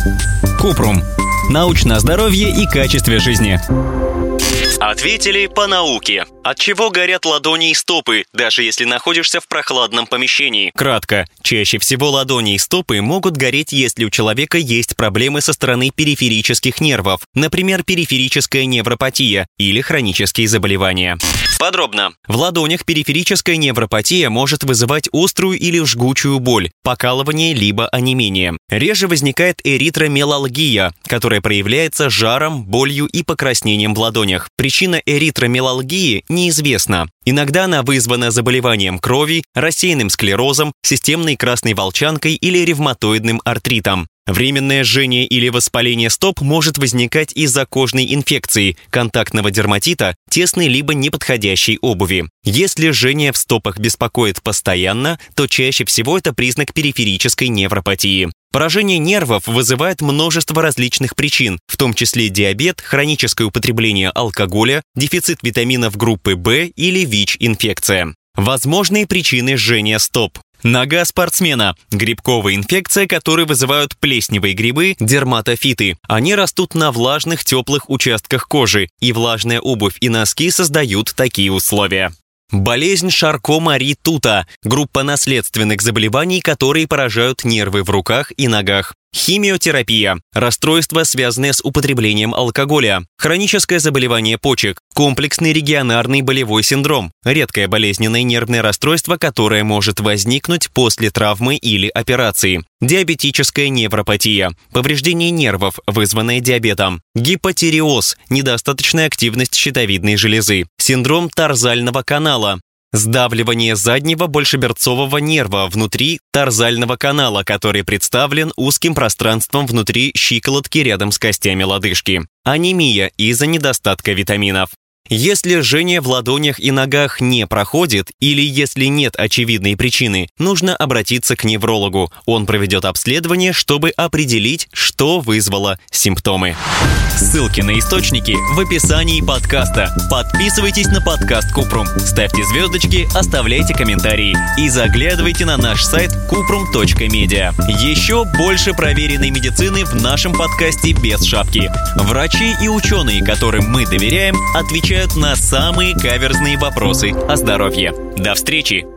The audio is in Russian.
Купрум. Научное здоровье и качестве жизни. Ответили по науке. От чего горят ладони и стопы, даже если находишься в прохладном помещении? Кратко. Чаще всего ладони и стопы могут гореть, если у человека есть проблемы со стороны периферических нервов, например, периферическая невропатия или хронические заболевания. Подробно. В ладонях периферическая невропатия может вызывать острую или жгучую боль, покалывание либо онемение. Реже возникает эритромиалгия, которая проявляется жаром, болью и покраснением в ладонях. Причина эритромиалгии неизвестна. Иногда она вызвана заболеванием крови, рассеянным склерозом, системной красной волчанкой или ревматоидным артритом. Временное жжение или воспаление стоп может возникать из-за кожной инфекции, контактного дерматита, тесной либо неподходящей обуви. Если жжение в стопах беспокоит постоянно, то чаще всего это признак периферической невропатии. Поражение нервов вызывает множество различных причин, в том числе диабет, хроническое употребление алкоголя, дефицит витаминов группы В или ВИЧ-инфекция. Возможные причины жжения стоп. Нога спортсмена – грибковая инфекция, которую вызывают плесневые грибы, дерматофиты. Они растут на влажных, теплых участках кожи, и влажная обувь и носки создают такие условия. Болезнь Шарко-Мари-Тута – группа наследственных заболеваний, которые поражают нервы в руках и ногах. Химиотерапия – расстройство, связанное с употреблением алкоголя. Хроническое заболевание почек, комплексный регионарный болевой синдром – редкое болезненное нервное расстройство, которое может возникнуть после травмы или операции. Диабетическая невропатия – повреждение нервов, вызванное диабетом. Гипотиреоз – недостаточная активность щитовидной железы. Синдром тарзального канала. Сдавливание заднего большеберцового нерва внутри тарзального канала, который представлен узким пространством внутри щиколотки рядом с костями лодыжки. Анемия из-за недостатка витаминов. Если жжение в ладонях и ногах не проходит, или если нет очевидной причины, нужно обратиться к неврологу. Он проведет обследование, чтобы определить, что вызвало симптомы. Ссылки на источники в описании подкаста. Подписывайтесь на подкаст Купрум, ставьте звездочки, оставляйте комментарии и заглядывайте на наш сайт kuprum.media. Еще больше проверенной медицины в нашем подкасте без шапки. Врачи и ученые, которым мы доверяем, отвечают на самые каверзные вопросы о здоровье. До встречи!